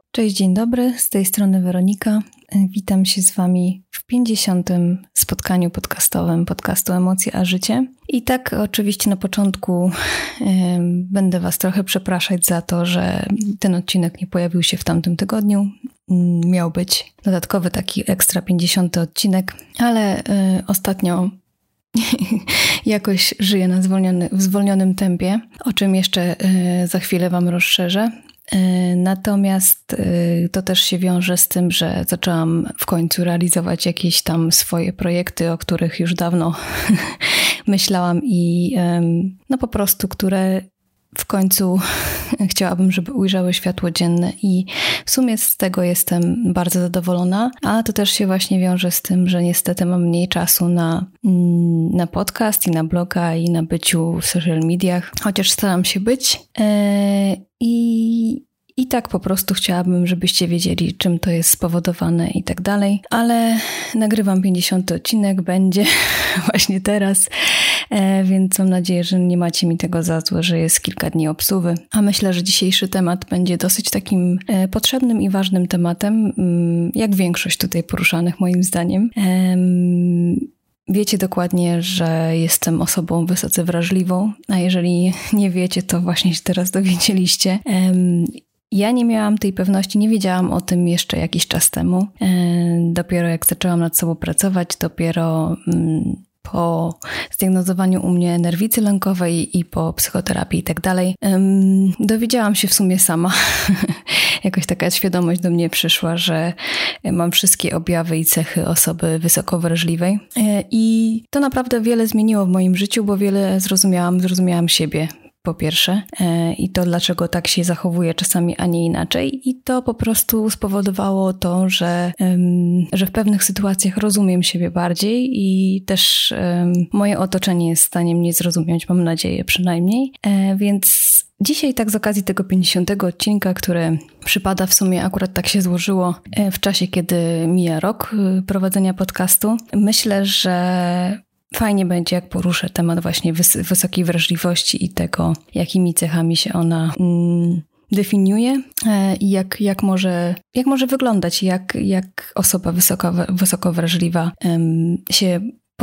Cześć, dzień dobry, z tej strony Weronika. Witam się z Wami w 50. spotkaniu podcastowym podcastu Emocje a Życie. I tak oczywiście na początku będę Was trochę przepraszać za to, że ten odcinek nie pojawił się w tamtym tygodniu. Miał być dodatkowy taki ekstra 50. odcinek, ale ostatnio jakoś żyję w zwolnionym tempie, o czym jeszcze za chwilę Wam rozszerzę. Natomiast to też się wiąże z tym, że zaczęłam w końcu realizować jakieś tam swoje projekty, o których już dawno myślałam i po prostu, które w końcu chciałabym, żeby ujrzały światło dzienne i w sumie z tego jestem bardzo zadowolona, a to też się właśnie wiąże z tym, że niestety mam mniej czasu na podcast i na bloga i na byciu w social mediach, chociaż staram się być i tak po prostu chciałabym, żebyście wiedzieli, czym to jest spowodowane i tak dalej, ale nagrywam 50. odcinek, będzie właśnie teraz, więc mam nadzieję, że nie macie mi tego za złe, że jest kilka dni obsuwy. A myślę, że dzisiejszy temat będzie dosyć takim potrzebnym i ważnym tematem, jak większość tutaj poruszanych moim zdaniem. Wiecie dokładnie, że jestem osobą wysoce wrażliwą, a jeżeli nie wiecie, to właśnie się teraz dowiedzieliście. Ja nie miałam tej pewności, nie wiedziałam o tym jeszcze jakiś czas temu. Dopiero jak zaczęłam nad sobą pracować, dopiero po zdiagnozowaniu u mnie nerwicy lękowej i po psychoterapii i tak dalej, dowiedziałam się w sumie sama. Jakoś taka świadomość do mnie przyszła, że mam wszystkie objawy i cechy osoby wysoko wrażliwej. I to naprawdę wiele zmieniło w moim życiu, bo wiele zrozumiałam siebie. Po pierwsze i to dlaczego tak się zachowuję czasami, a nie inaczej i to po prostu spowodowało to, że w pewnych sytuacjach rozumiem siebie bardziej i też moje otoczenie jest w stanie mnie zrozumieć, mam nadzieję przynajmniej, więc dzisiaj tak z okazji tego 50. odcinka, który przypada w sumie, akurat tak się złożyło w czasie, kiedy mija rok prowadzenia podcastu, myślę, że fajnie będzie, jak poruszę temat właśnie wysokiej wrażliwości i tego, jakimi cechami się ona definiuje i jak może wyglądać, jak osoba wysoko wrażliwa się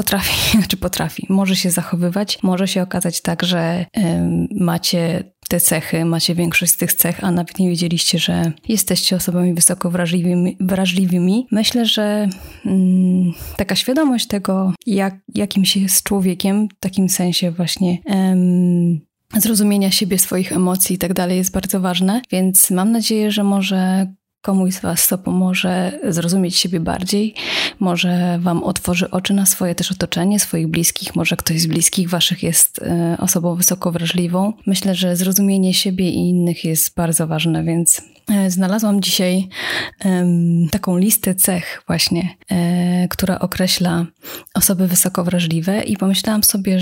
może się zachowywać. Może się okazać tak, że macie te cechy, macie większość z tych cech, a nawet nie wiedzieliście, że jesteście osobami wysoko wrażliwymi. Myślę, że taka świadomość tego, jakim się jest człowiekiem, w takim sensie właśnie zrozumienia siebie, swoich emocji i tak dalej jest bardzo ważne, więc mam nadzieję, że może komuś z Was to pomoże zrozumieć siebie bardziej, może Wam otworzy oczy na swoje też otoczenie, swoich bliskich, może ktoś z bliskich Waszych jest osobą wysoko wrażliwą. Myślę, że zrozumienie siebie i innych jest bardzo ważne, więc znalazłam dzisiaj taką listę cech właśnie, która określa osoby wysoko wrażliwe i pomyślałam sobie,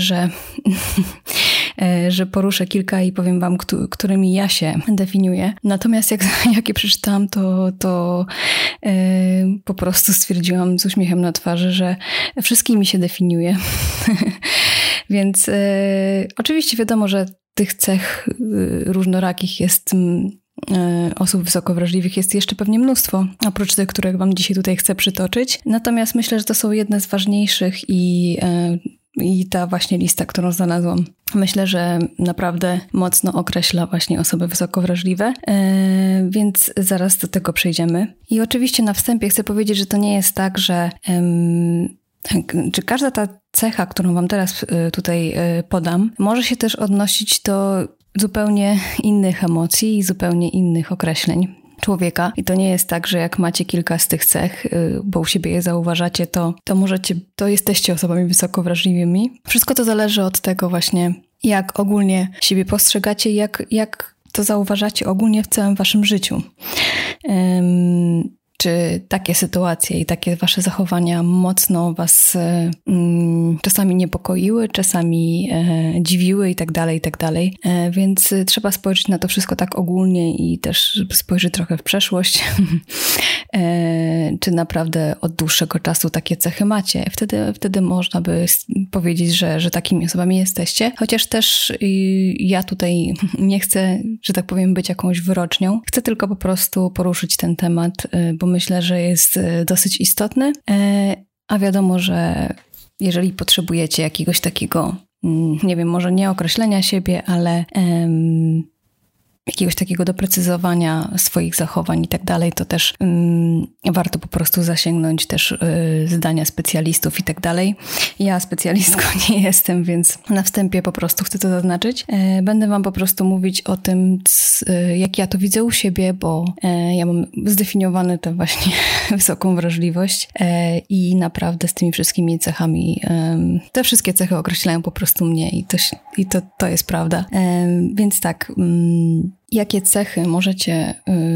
że poruszę kilka i powiem Wam, którymi ja się definiuję. Natomiast jak je przeczytałam, to po prostu stwierdziłam z uśmiechem na twarzy, że wszystkimi się definiuję. Więc oczywiście wiadomo, że tych cech różnorakich jest osób wysoko wrażliwych jest jeszcze pewnie mnóstwo, oprócz tych, które Wam dzisiaj tutaj chcę przytoczyć. Natomiast myślę, że to są jedne z ważniejszych i ta właśnie lista, którą znalazłam, myślę, że naprawdę mocno określa właśnie osoby wysoko wrażliwe, więc zaraz do tego przejdziemy. I oczywiście na wstępie chcę powiedzieć, że to nie jest tak, że czy każda ta cecha, którą Wam teraz tutaj podam, może się też odnosić do zupełnie innych emocji i zupełnie innych określeń człowieka. I to nie jest tak, że jak macie kilka z tych cech, bo u siebie je zauważacie, to jesteście osobami wysoko wrażliwymi. Wszystko to zależy od tego właśnie, jak ogólnie siebie postrzegacie, jak to zauważacie ogólnie w całym Waszym życiu. czy takie sytuacje i takie wasze zachowania mocno was czasami niepokoiły, czasami dziwiły i tak dalej. Więc trzeba spojrzeć na to wszystko tak ogólnie i też spojrzeć trochę w przeszłość, czy naprawdę od dłuższego czasu takie cechy macie. Wtedy można by powiedzieć, że takimi osobami jesteście. Chociaż też ja tutaj nie chcę, że tak powiem, być jakąś wyrocznią. Chcę tylko po prostu poruszyć ten temat, bo myślę, że jest dosyć istotny. A wiadomo, że jeżeli potrzebujecie jakiegoś takiego, nie wiem, może nie określenia siebie, ale jakiegoś takiego doprecyzowania swoich zachowań i tak dalej, to też warto po prostu zasięgnąć też zdania specjalistów i tak dalej. Ja specjalistką nie jestem, więc na wstępie po prostu chcę to zaznaczyć. Będę wam po prostu mówić o tym, jak ja to widzę u siebie, bo ja mam zdefiniowane tę właśnie wysoką wrażliwość i naprawdę z tymi wszystkimi cechami, te wszystkie cechy określają po prostu mnie i to jest prawda. Więc tak, jakie cechy możecie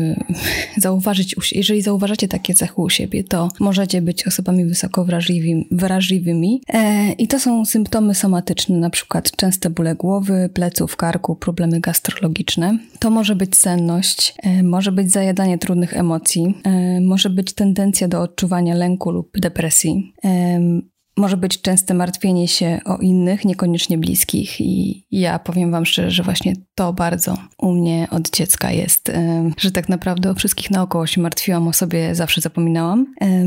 zauważyć, jeżeli zauważacie takie cechy u siebie, to możecie być osobami wysoko wrażliwymi i to są symptomy somatyczne, na przykład częste bóle głowy, pleców, karku, problemy gastrologiczne. To może być senność, może być zajadanie trudnych emocji, może być tendencja do odczuwania lęku lub depresji. Może być częste martwienie się o innych, niekoniecznie bliskich i ja powiem wam szczerze, że właśnie to bardzo u mnie od dziecka jest, że tak naprawdę o wszystkich naokoło się martwiłam, o sobie zawsze zapominałam.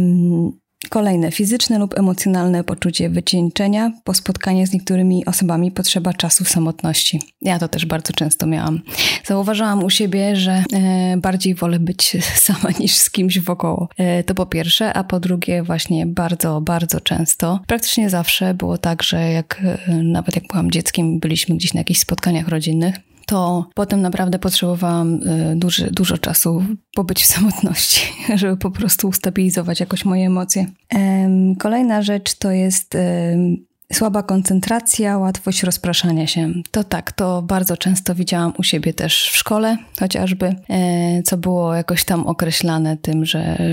Kolejne, fizyczne lub emocjonalne poczucie wycieńczenia. Po spotkaniu z niektórymi osobami potrzeba czasu samotności. Ja to też bardzo często miałam. Zauważyłam u siebie, że bardziej wolę być sama niż z kimś wokoło. To po pierwsze, a po drugie właśnie bardzo, bardzo często, praktycznie zawsze było tak, że nawet jak byłam dzieckiem, byliśmy gdzieś na jakichś spotkaniach rodzinnych, to potem naprawdę potrzebowałam dużo czasu pobyć w samotności, żeby po prostu ustabilizować jakoś moje emocje. Kolejna rzecz to jest słaba koncentracja, łatwość rozpraszania się. To tak, to bardzo często widziałam u siebie też w szkole, chociażby, co było jakoś tam określane tym,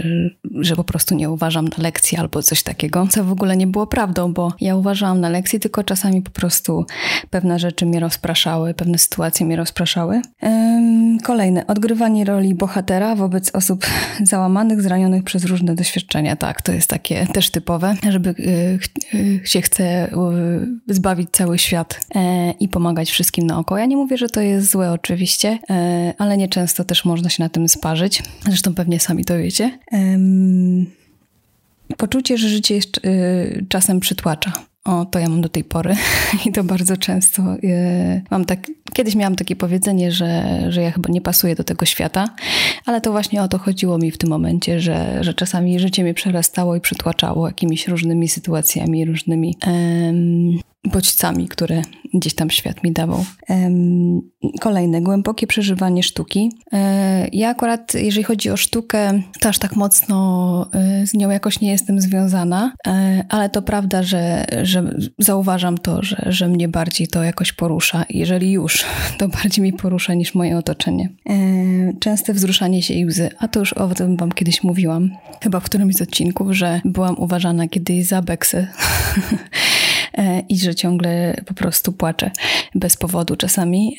że po prostu nie uważam na lekcji albo coś takiego, co w ogóle nie było prawdą, bo ja uważałam na lekcji, tylko czasami po prostu pewne rzeczy mnie rozpraszały, pewne sytuacje mnie rozpraszały. Kolejne, odgrywanie roli bohatera wobec osób załamanych, zranionych przez różne doświadczenia. Tak, to jest takie też typowe, żeby się chce zbawić cały świat i pomagać wszystkim naokoło. Ja nie mówię, że to jest złe oczywiście, ale nieczęsto też można się na tym sparzyć. Zresztą pewnie sami to wiecie. Poczucie, że życie jest, czasem przytłacza. O, to ja mam do tej pory i to bardzo często kiedyś miałam takie powiedzenie, że ja chyba nie pasuję do tego świata, ale to właśnie o to chodziło mi w tym momencie, że czasami życie mnie przerastało i przytłaczało jakimiś różnymi sytuacjami, różnymi bodźcami, które gdzieś tam świat mi dawał. Kolejne, głębokie przeżywanie sztuki. Ja akurat, jeżeli chodzi o sztukę, to aż tak mocno z nią jakoś nie jestem związana, ale to prawda, że zauważam to, że mnie bardziej to jakoś porusza. Jeżeli już, to bardziej mi porusza niż moje otoczenie. Częste wzruszanie się i łzy, a to już o tym wam kiedyś mówiłam, chyba w którymś z odcinków, że byłam uważana kiedyś za beksę. I że ciągle po prostu płaczę bez powodu czasami.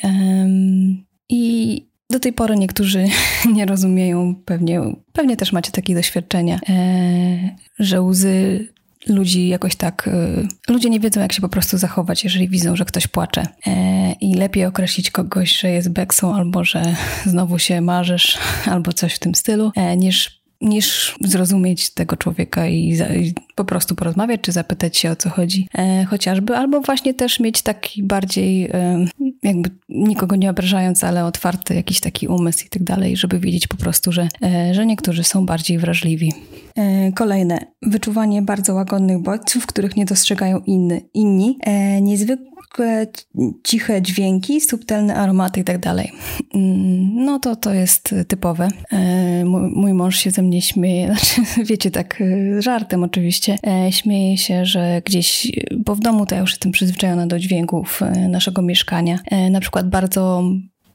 I do tej pory niektórzy nie rozumieją, pewnie też macie takie doświadczenia, że łzy ludzi jakoś tak... Ludzie nie wiedzą, jak się po prostu zachować, jeżeli widzą, że ktoś płacze. I lepiej określić kogoś, że jest beksą, albo że znowu się marzysz, albo coś w tym stylu, niż zrozumieć tego człowieka i po prostu porozmawiać, czy zapytać się, o co chodzi chociażby, albo właśnie też mieć taki bardziej, jakby nikogo nie obrażając, ale otwarty jakiś taki umysł i tak dalej, żeby wiedzieć po prostu, że niektórzy są bardziej wrażliwi. Kolejne. Wyczuwanie bardzo łagodnych bodźców, których nie dostrzegają inni. Niezwykle ciche dźwięki, subtelne aromaty i tak dalej. No to jest typowe. Mój mąż się ze mnie śmieje, znaczy wiecie, tak żartem oczywiście, śmieje się, że gdzieś, bo w domu to ja już jestem przyzwyczajona do dźwięków naszego mieszkania. Na przykład bardzo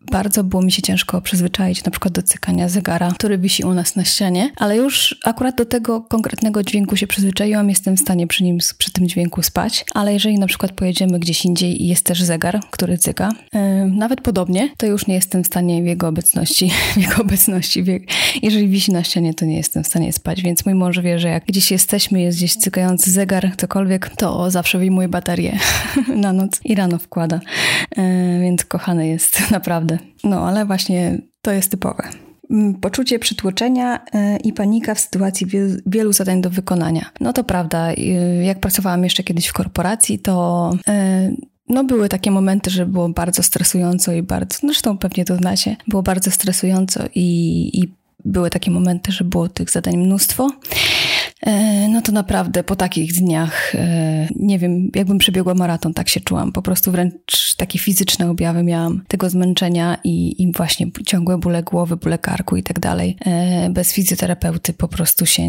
bardzo było mi się ciężko przyzwyczaić na przykład do cykania zegara, który wisi u nas na ścianie, ale już akurat do tego konkretnego dźwięku się przyzwyczaiłam, jestem w stanie przy tym dźwięku spać, ale jeżeli na przykład pojedziemy gdzieś indziej i jest też zegar, który cyka, nawet podobnie, to już nie jestem w stanie w jego obecności, jeżeli wisi na ścianie, to nie jestem w stanie spać, więc mój mąż wie, że jak gdzieś jesteśmy, jest gdzieś cykający zegar, cokolwiek, to zawsze wyjmuje baterię na noc i rano wkłada, więc kochany jest naprawdę. No, ale właśnie to jest typowe. Poczucie przytłoczenia i panika w sytuacji wielu zadań do wykonania. No to prawda, jak pracowałam jeszcze kiedyś w korporacji, to były takie momenty, że było bardzo stresująco i zresztą pewnie to znacie, było bardzo stresująco i były takie momenty, że było tych zadań mnóstwo. No to naprawdę po takich dniach, nie wiem, jakbym przebiegła maraton, tak się czułam. Po prostu wręcz takie fizyczne objawy miałam tego zmęczenia i właśnie ciągłe bóle głowy, bóle karku i tak dalej. Bez fizjoterapeuty po prostu się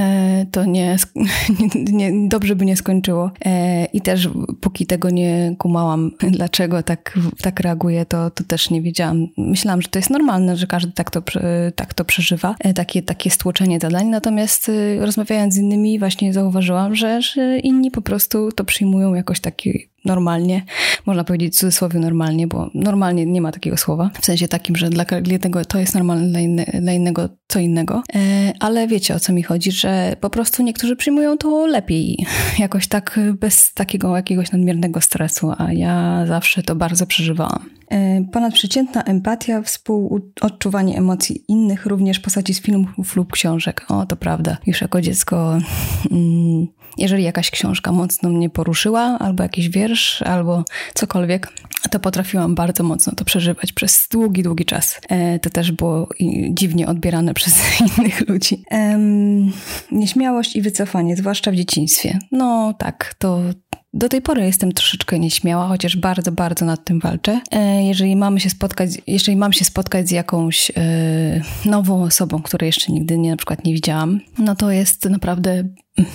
dobrze by nie skończyło. I też póki tego nie kumałam, dlaczego tak reaguję, to też nie wiedziałam. Myślałam, że to jest normalne, że każdy tak to przeżywa, takie stłoczenie zadań. Natomiast rozmawiając z innymi właśnie zauważyłam, że inni po prostu to przyjmują jakoś taki normalnie, można powiedzieć w cudzysłowie normalnie, bo normalnie nie ma takiego słowa, w sensie takim, że dla jednego to jest normalne, dla innego co innego, ale wiecie, o co mi chodzi, że po prostu niektórzy przyjmują to lepiej, jakoś tak bez takiego jakiegoś nadmiernego stresu, a ja zawsze to bardzo przeżywałam. Ponadprzeciętna empatia, współodczuwanie emocji innych, również w postaci z filmów lub książek. O, to prawda. Już jako dziecko, jeżeli jakaś książka mocno mnie poruszyła, albo jakiś wiersz, albo cokolwiek, to potrafiłam bardzo mocno to przeżywać przez długi, długi czas. To też było dziwnie odbierane przez innych ludzi. Nieśmiałość i wycofanie, zwłaszcza w dzieciństwie. No tak, to do tej pory jestem troszeczkę nieśmiała, chociaż bardzo, bardzo nad tym walczę. Jeżeli mam się spotkać z jakąś nową osobą, której jeszcze nigdy na przykład nie widziałam, no to jest naprawdę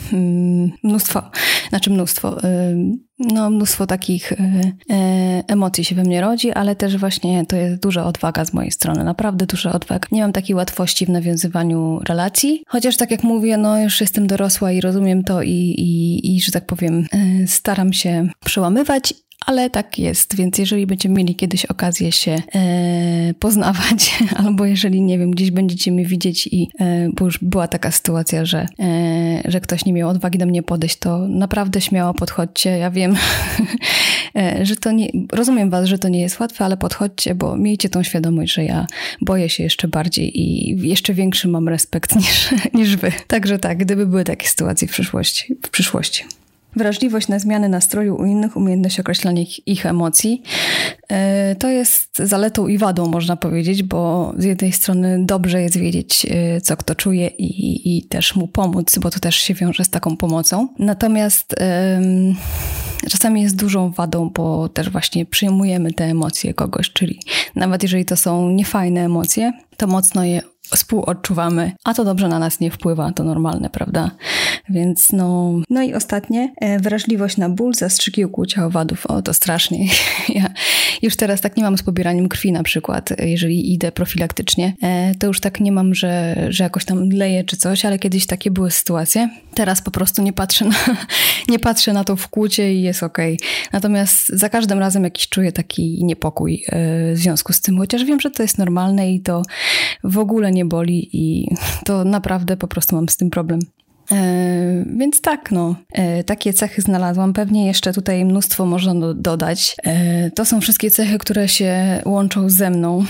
mnóstwo takich emocji się we mnie rodzi, ale też właśnie to jest duża odwaga z mojej strony, naprawdę duża odwaga. Nie mam takiej łatwości w nawiązywaniu relacji, chociaż tak jak mówię, no już jestem dorosła i rozumiem to i że tak powiem, staram się przełamywać, ale tak jest, więc jeżeli będziemy mieli kiedyś okazję się poznawać, albo jeżeli, nie wiem, gdzieś będziecie mnie widzieć bo już była taka sytuacja, że ktoś nie miał odwagi do mnie podejść, to naprawdę śmiało podchodźcie. Ja wiem, że to nie, rozumiem was, że to nie jest łatwe, ale podchodźcie, bo miejcie tą świadomość, że ja boję się jeszcze bardziej i jeszcze większy mam respekt niż wy. Także tak, gdyby były takie sytuacje w przyszłości. Wrażliwość na zmiany nastroju u innych, umiejętność określania ich emocji. To jest zaletą i wadą, można powiedzieć, bo z jednej strony dobrze jest wiedzieć, co kto czuje i też mu pomóc, bo to też się wiąże z taką pomocą. Natomiast czasami jest dużą wadą, bo też właśnie przyjmujemy te emocje kogoś, czyli nawet jeżeli to są niefajne emocje, to mocno je współodczuwamy, a to dobrze na nas nie wpływa, to normalne, prawda? Więc no i ostatnie, wrażliwość na ból, zastrzyki, ukłucia, owadów. O, to strasznie. Ja już teraz tak nie mam z pobieraniem krwi na przykład, jeżeli idę profilaktycznie, to już tak nie mam, że jakoś tam leję czy coś, ale kiedyś takie były sytuacje. Teraz po prostu nie patrzę na to wkłucie i jest okej. Natomiast za każdym razem jakiś czuję taki niepokój w związku z tym, chociaż wiem, że to jest normalne i to w ogóle nie boli i to naprawdę po prostu mam z tym problem. Więc tak, takie cechy znalazłam. Pewnie jeszcze tutaj mnóstwo można dodać. To są wszystkie cechy, które się łączą ze mną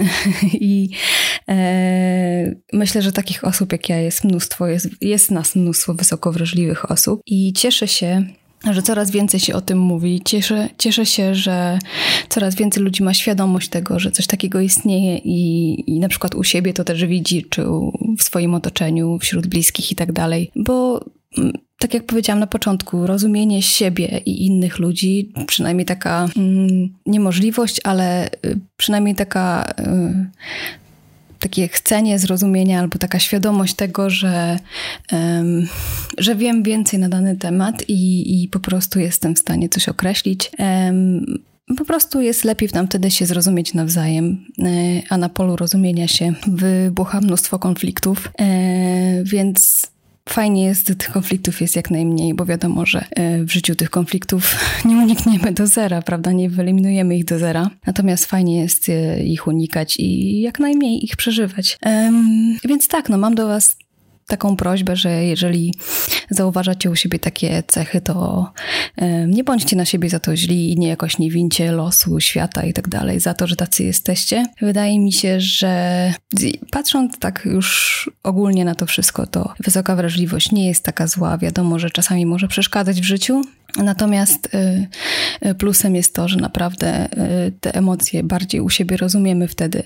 i myślę, że takich osób jak ja jest mnóstwo, jest nas mnóstwo wysoko wrażliwych osób i cieszę się, że coraz więcej się o tym mówi. Cieszę się, że coraz więcej ludzi ma świadomość tego, że coś takiego istnieje i na przykład u siebie to też widzi, czy w swoim otoczeniu, wśród bliskich i tak dalej. Bo tak jak powiedziałam na początku, rozumienie siebie i innych ludzi, przynajmniej taka niemożliwość, ale przynajmniej takie chcenie zrozumienia albo taka świadomość tego, że wiem więcej na dany temat i po prostu jestem w stanie coś określić. po prostu jest lepiej nam wtedy się zrozumieć nawzajem, a na polu rozumienia się wybucha mnóstwo konfliktów, więc fajnie jest, gdy tych konfliktów jest jak najmniej, bo wiadomo, że w życiu tych konfliktów nie unikniemy do zera, prawda? Nie wyeliminujemy ich do zera. Natomiast fajnie jest ich unikać i jak najmniej ich przeżywać. Więc tak, mam do was taką prośbę, że jeżeli zauważacie u siebie takie cechy, to nie bądźcie na siebie za to źli i jakoś nie wincie losu, świata i tak dalej za to, że tacy jesteście. Wydaje mi się, że patrząc tak już ogólnie na to wszystko, to wysoka wrażliwość nie jest taka zła. Wiadomo, że czasami może przeszkadzać w życiu, natomiast plusem jest to, że naprawdę te emocje bardziej u siebie rozumiemy wtedy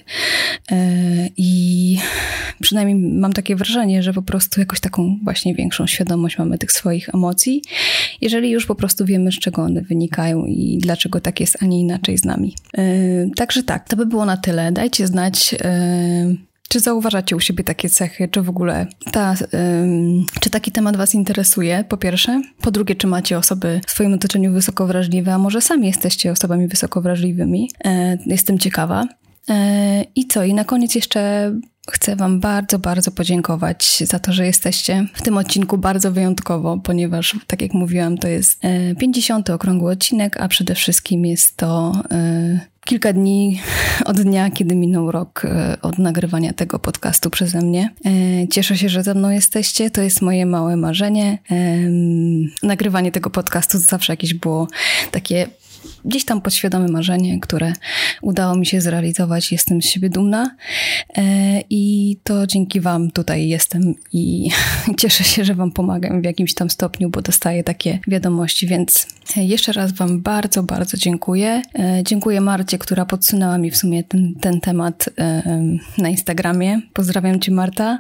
i przynajmniej mam takie wrażenie, że po prostu jakoś taką właśnie większą świadomość mamy tych swoich emocji, jeżeli już po prostu wiemy, z czego one wynikają i dlaczego tak jest, a nie inaczej z nami. Także tak, to by było na tyle. Dajcie znać, czy zauważacie u siebie takie cechy, czy w ogóle czy taki temat was interesuje, po pierwsze. Po drugie, czy macie osoby w swoim otoczeniu wysoko wrażliwe, a może sami jesteście osobami wysoko wrażliwymi. Jestem ciekawa. I co? I na koniec jeszcze chcę wam bardzo, bardzo podziękować za to, że jesteście w tym odcinku bardzo wyjątkowo, ponieważ, tak jak mówiłam, to jest 50. okrągły odcinek, a przede wszystkim jest to kilka dni od dnia, kiedy minął rok od nagrywania tego podcastu przeze mnie. Cieszę się, że ze mną jesteście. To jest moje małe marzenie. Nagrywanie tego podcastu zawsze jakieś było takie gdzieś tam podświadome marzenie, które udało mi się zrealizować. Jestem z siebie dumna i to dzięki wam tutaj jestem i cieszę się, że wam pomagam w jakimś tam stopniu, bo dostaję takie wiadomości, więc jeszcze raz wam bardzo, bardzo dziękuję. Dziękuję Marcie, która podsunęła mi w sumie ten temat na Instagramie. Pozdrawiam cię, Marta.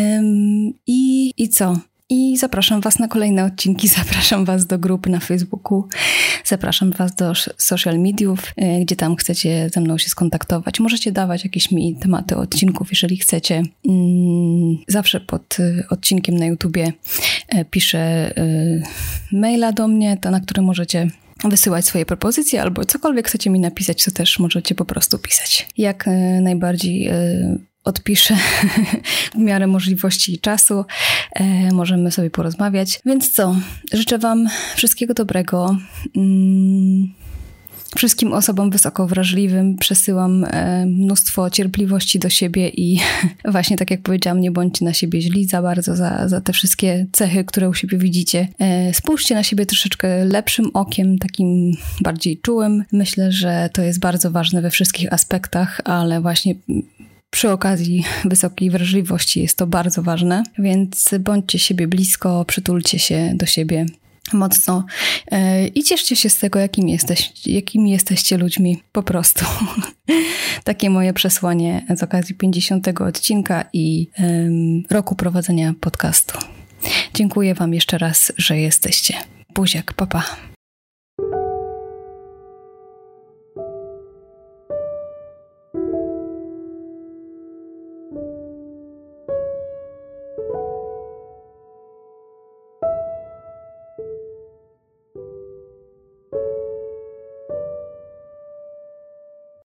I co? I zapraszam was na kolejne odcinki, zapraszam was do grupy na Facebooku, zapraszam was do social mediów, gdzie tam chcecie ze mną się skontaktować. Możecie dawać jakieś mi tematy odcinków, jeżeli chcecie. Zawsze pod odcinkiem na YouTubie piszę maila do mnie, na który możecie wysyłać swoje propozycje albo cokolwiek chcecie mi napisać, to też możecie po prostu pisać. Jak najbardziej odpiszę w miarę możliwości i czasu. Możemy sobie porozmawiać. Więc co? Życzę wam wszystkiego dobrego. Wszystkim osobom wysoko wrażliwym przesyłam mnóstwo cierpliwości do siebie i właśnie tak jak powiedziałam, nie bądźcie na siebie źli za bardzo, za te wszystkie cechy, które u siebie widzicie. Spójrzcie na siebie troszeczkę lepszym okiem, takim bardziej czułym. Myślę, że to jest bardzo ważne we wszystkich aspektach, ale właśnie przy okazji wysokiej wrażliwości jest to bardzo ważne, więc bądźcie siebie blisko, przytulcie się do siebie mocno i cieszcie się z tego, jakimi jesteście ludźmi, po prostu. Takie moje przesłanie z okazji 50. odcinka i roku prowadzenia podcastu. Dziękuję wam jeszcze raz, że jesteście. Buziak, pa pa.